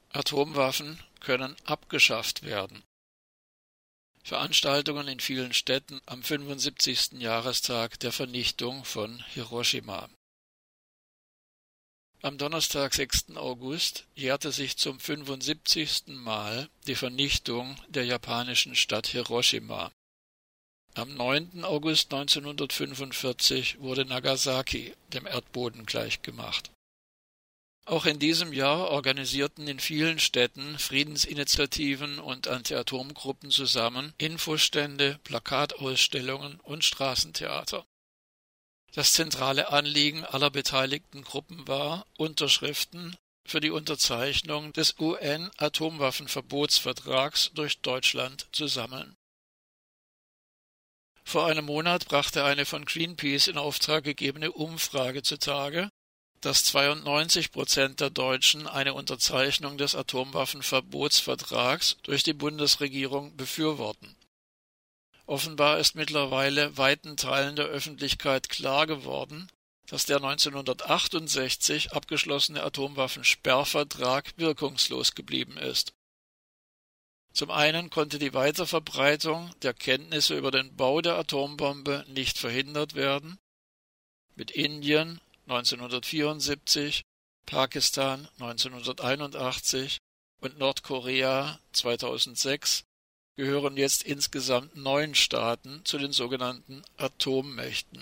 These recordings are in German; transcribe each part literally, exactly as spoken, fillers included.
Atomwaffen können abgeschafft werden. Veranstaltungen in vielen Städten am fünfundsiebzigsten Jahrestag der Vernichtung von Hiroshima. Am Donnerstag, sechsten August, jährte sich zum fünfundsiebzigsten Mal die Vernichtung der japanischen Stadt Hiroshima. Am neunten August neunzehnhundertfünfundvierzig wurde Nagasaki dem Erdboden gleichgemacht. Auch in diesem Jahr organisierten in vielen Städten Friedensinitiativen und Anti-Atom-Gruppen zusammen Infostände, Plakatausstellungen und Straßentheater. Das zentrale Anliegen aller beteiligten Gruppen war, Unterschriften für die Unterzeichnung des U N-Atomwaffenverbotsvertrags durch Deutschland zu sammeln. Vor einem Monat brachte eine von Greenpeace in Auftrag gegebene Umfrage zutage, dass zweiundneunzig Prozent der Deutschen eine Unterzeichnung des Atomwaffenverbotsvertrags durch die Bundesregierung befürworten. Offenbar ist mittlerweile weiten Teilen der Öffentlichkeit klar geworden, dass der neunzehnhundertachtundsechzig abgeschlossene Atomwaffensperrvertrag wirkungslos geblieben ist. Zum einen konnte die Weiterverbreitung der Kenntnisse über den Bau der Atombombe nicht verhindert werden. Mit Indien neunzehnhundertvierundsiebzig, Pakistan neunzehnhunderteinundachtzig und Nordkorea zweitausendsechs gehören jetzt insgesamt neun Staaten zu den sogenannten Atommächten.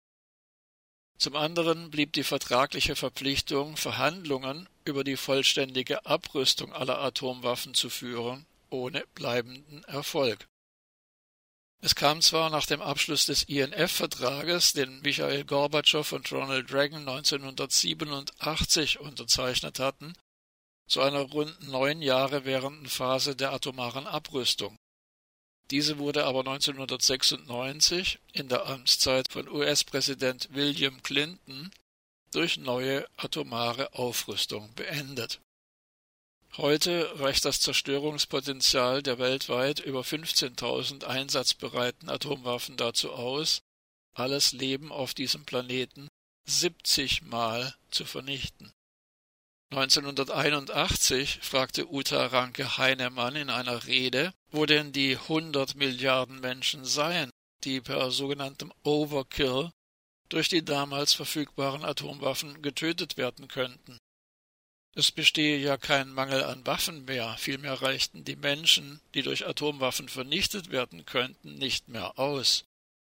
Zum anderen blieb die vertragliche Verpflichtung, Verhandlungen über die vollständige Abrüstung aller Atomwaffen zu führen, ohne bleibenden Erfolg. Es kam zwar nach dem Abschluss des I N F-Vertrages, den Michail Gorbatschow und Ronald Reagan neunzehnhundertsiebenundachtzig unterzeichnet hatten, zu einer rund neun Jahre währenden Phase der atomaren Abrüstung. Diese wurde aber neunzehnhundertsechsundneunzig in der Amtszeit von U S-Präsident William Clinton durch neue atomare Aufrüstung beendet. Heute reicht das Zerstörungspotenzial der weltweit über fünfzehntausend einsatzbereiten Atomwaffen dazu aus, alles Leben auf diesem Planeten siebzig Mal zu vernichten. neunzehnhunderteinundachtzig fragte Uta Ranke-Heinemann in einer Rede, wo denn die hundert Milliarden Menschen seien, die per sogenanntem Overkill durch die damals verfügbaren Atomwaffen getötet werden könnten. Es bestehe ja kein Mangel an Waffen mehr, vielmehr reichten die Menschen, die durch Atomwaffen vernichtet werden könnten, nicht mehr aus.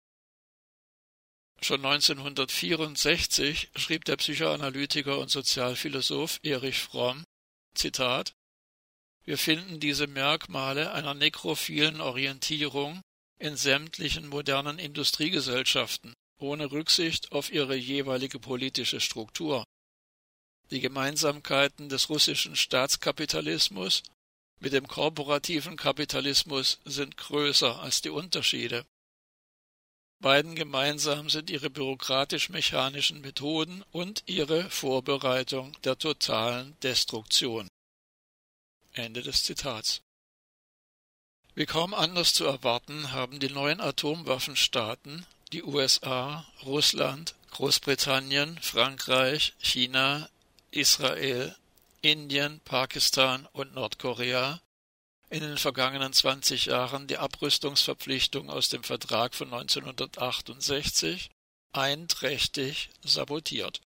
Schon neunzehnhundertvierundsechzig schrieb der Psychoanalytiker und Sozialphilosoph Erich Fromm, Zitat, »Wir finden diese Merkmale einer nekrophilen Orientierung in sämtlichen modernen Industriegesellschaften, ohne Rücksicht auf ihre jeweilige politische Struktur. Die Gemeinsamkeiten des russischen Staatskapitalismus mit dem korporativen Kapitalismus sind größer als die Unterschiede. Beiden gemeinsam sind ihre bürokratisch-mechanischen Methoden und ihre Vorbereitung der totalen Destruktion.« Ende des Zitats. Wie kaum anders zu erwarten, haben die neuen Atomwaffenstaaten, die U S A, Russland, Großbritannien, Frankreich, China, Israel, Indien, Pakistan und Nordkorea in den vergangenen zwanzig Jahren die Abrüstungsverpflichtung aus dem Vertrag von neunzehnhundertachtundsechzig einträchtig sabotiert.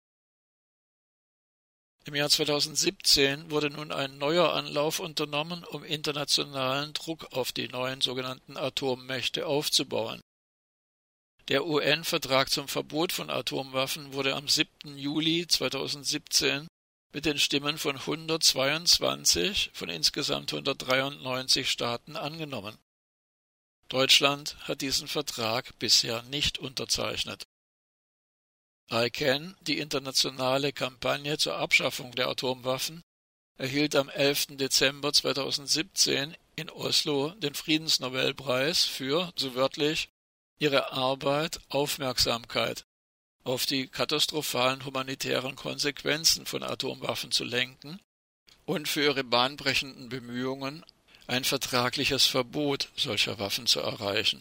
Im Jahr zweitausendsiebzehn wurde nun ein neuer Anlauf unternommen, um internationalen Druck auf die neuen sogenannten Atommächte aufzubauen. Der U N-Vertrag zum Verbot von Atomwaffen wurde am siebten Juli zweitausendsiebzehn mit den Stimmen von hundertzweiundzwanzig von insgesamt hundertdreiundneunzig Staaten angenommen. Deutschland hat diesen Vertrag bisher nicht unterzeichnet. I C A N, die internationale Kampagne zur Abschaffung der Atomwaffen, erhielt am elften Dezember zweitausendsiebzehn in Oslo den Friedensnobelpreis für, so wörtlich, ihre Arbeit Aufmerksamkeit auf die katastrophalen humanitären Konsequenzen von Atomwaffen zu lenken und für ihre bahnbrechenden Bemühungen, ein vertragliches Verbot solcher Waffen zu erreichen.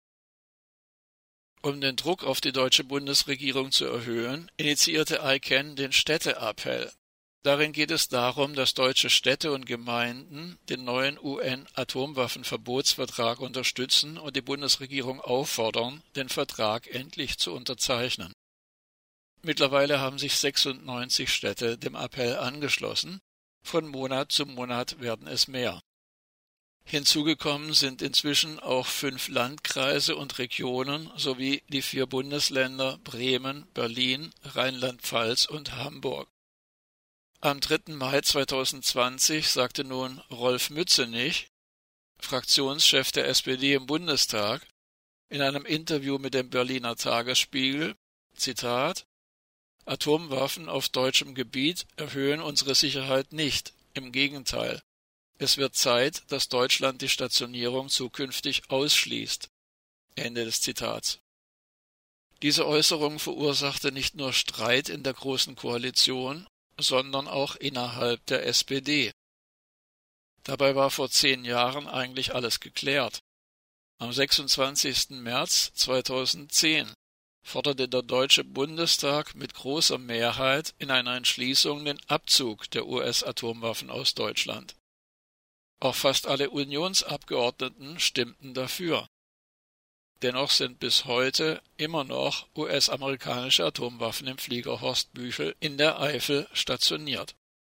Um den Druck auf die deutsche Bundesregierung zu erhöhen, initiierte I C A N den Städteappell. Darin geht es darum, dass deutsche Städte und Gemeinden den neuen U N-Atomwaffenverbotsvertrag unterstützen und die Bundesregierung auffordern, den Vertrag endlich zu unterzeichnen. Mittlerweile haben sich sechsundneunzig Städte dem Appell angeschlossen, von Monat zu Monat werden es mehr. Hinzugekommen sind inzwischen auch fünf Landkreise und Regionen sowie die vier Bundesländer Bremen, Berlin, Rheinland-Pfalz und Hamburg. Am dritten Mai zweitausendzwanzig sagte nun Rolf Mützenich, Fraktionschef der S P D im Bundestag, in einem Interview mit dem Berliner Tagesspiegel, Zitat, Atomwaffen auf deutschem Gebiet erhöhen unsere Sicherheit nicht, im Gegenteil. Es wird Zeit, dass Deutschland die Stationierung zukünftig ausschließt. Ende des Zitats. Diese Äußerung verursachte nicht nur Streit in der Großen Koalition, sondern auch innerhalb der S P D. Dabei war vor zehn Jahren eigentlich alles geklärt. Am sechsundzwanzigsten März zweitausendzehn forderte der Deutsche Bundestag mit großer Mehrheit in einer Entschließung den Abzug der U S-Atomwaffen aus Deutschland. Auch fast alle Unionsabgeordneten stimmten dafür. Dennoch sind bis heute immer noch U S-amerikanische Atomwaffen im Flieger Horst Büchel in der Eifel stationiert.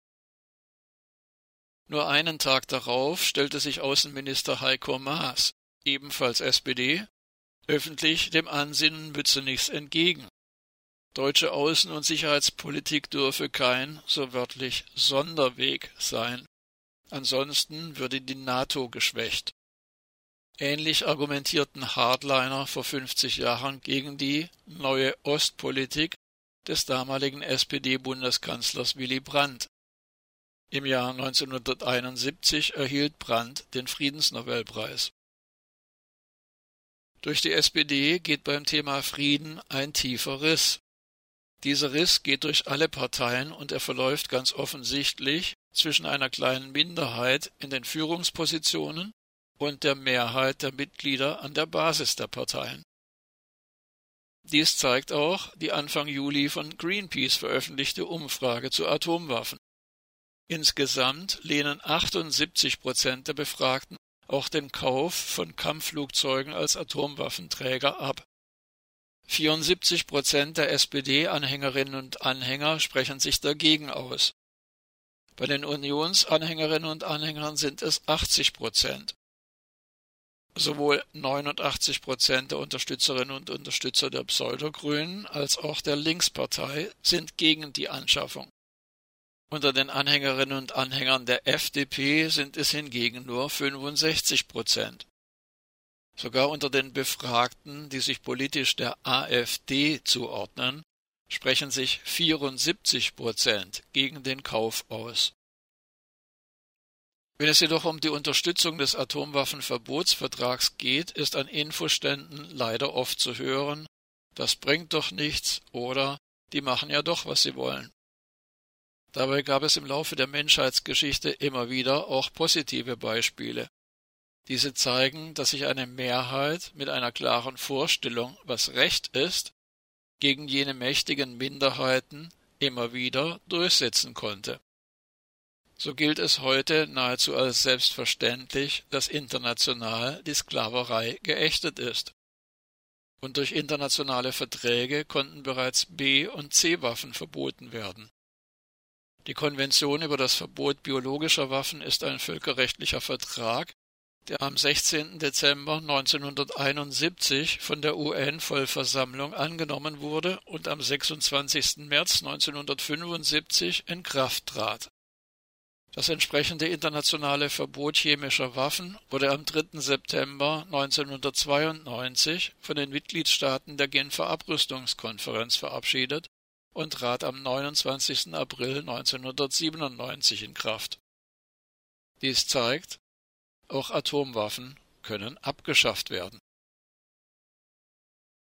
Nur einen Tag darauf stellte sich Außenminister Heiko Maas, ebenfalls S P D, öffentlich dem Ansinnen Mützenichs entgegen. Deutsche Außen- und Sicherheitspolitik dürfe kein, so wörtlich, Sonderweg sein. Ansonsten würde die NATO geschwächt. Ähnlich argumentierten Hardliner vor fünfzig Jahren gegen die neue Ostpolitik des damaligen S P D-Bundeskanzlers Willy Brandt. Im Jahr neunzehnhunderteinundsiebzig erhielt Brandt den Friedensnobelpreis. Durch die S P D geht beim Thema Frieden ein tiefer Riss. Dieser Riss geht durch alle Parteien und er verläuft ganz offensichtlich zwischen einer kleinen Minderheit in den Führungspositionen und der Mehrheit der Mitglieder an der Basis der Parteien. Dies zeigt auch die Anfang Juli von Greenpeace veröffentlichte Umfrage zu Atomwaffen. Insgesamt lehnen achtundsiebzig Prozent der Befragten auch den Kauf von Kampfflugzeugen als Atomwaffenträger ab. vierundsiebzig Prozent der S P D-Anhängerinnen und Anhänger sprechen sich dagegen aus. Bei den Unionsanhängerinnen und Anhängern sind es achtzig Prozent. Sowohl neunundachtzig Prozent der Unterstützerinnen und Unterstützer der Pseudogrünen als auch der Linkspartei sind gegen die Anschaffung. Unter den Anhängerinnen und Anhängern der F D P sind es hingegen nur fünfundsechzig Prozent. Sogar unter den Befragten, die sich politisch der AfD zuordnen, sprechen sich vierundsiebzig Prozent gegen den Kauf aus. Wenn es jedoch um die Unterstützung des Atomwaffenverbotsvertrags geht, ist an Infoständen leider oft zu hören, das bringt doch nichts oder die machen ja doch, was sie wollen. Dabei gab es im Laufe der Menschheitsgeschichte immer wieder auch positive Beispiele. Diese zeigen, dass sich eine Mehrheit mit einer klaren Vorstellung, was Recht ist, gegen jene mächtigen Minderheiten immer wieder durchsetzen konnte. So gilt es heute nahezu als selbstverständlich, dass international die Sklaverei geächtet ist. Und durch internationale Verträge konnten bereits B- und C-Waffen verboten werden. Die Konvention über das Verbot biologischer Waffen ist ein völkerrechtlicher Vertrag, der am sechzehnten Dezember neunzehnhunderteinundsiebzig von der U N-Vollversammlung angenommen wurde und am sechsundzwanzigsten März neunzehnhundertfünfundsiebzig in Kraft trat. Das entsprechende internationale Verbot chemischer Waffen wurde am dritten September neunzehnhundertzweiundneunzig von den Mitgliedstaaten der Genfer Abrüstungskonferenz verabschiedet und trat am neunundzwanzigsten April neunzehnhundertsiebenundneunzig in Kraft. Dies zeigt, auch Atomwaffen können abgeschafft werden.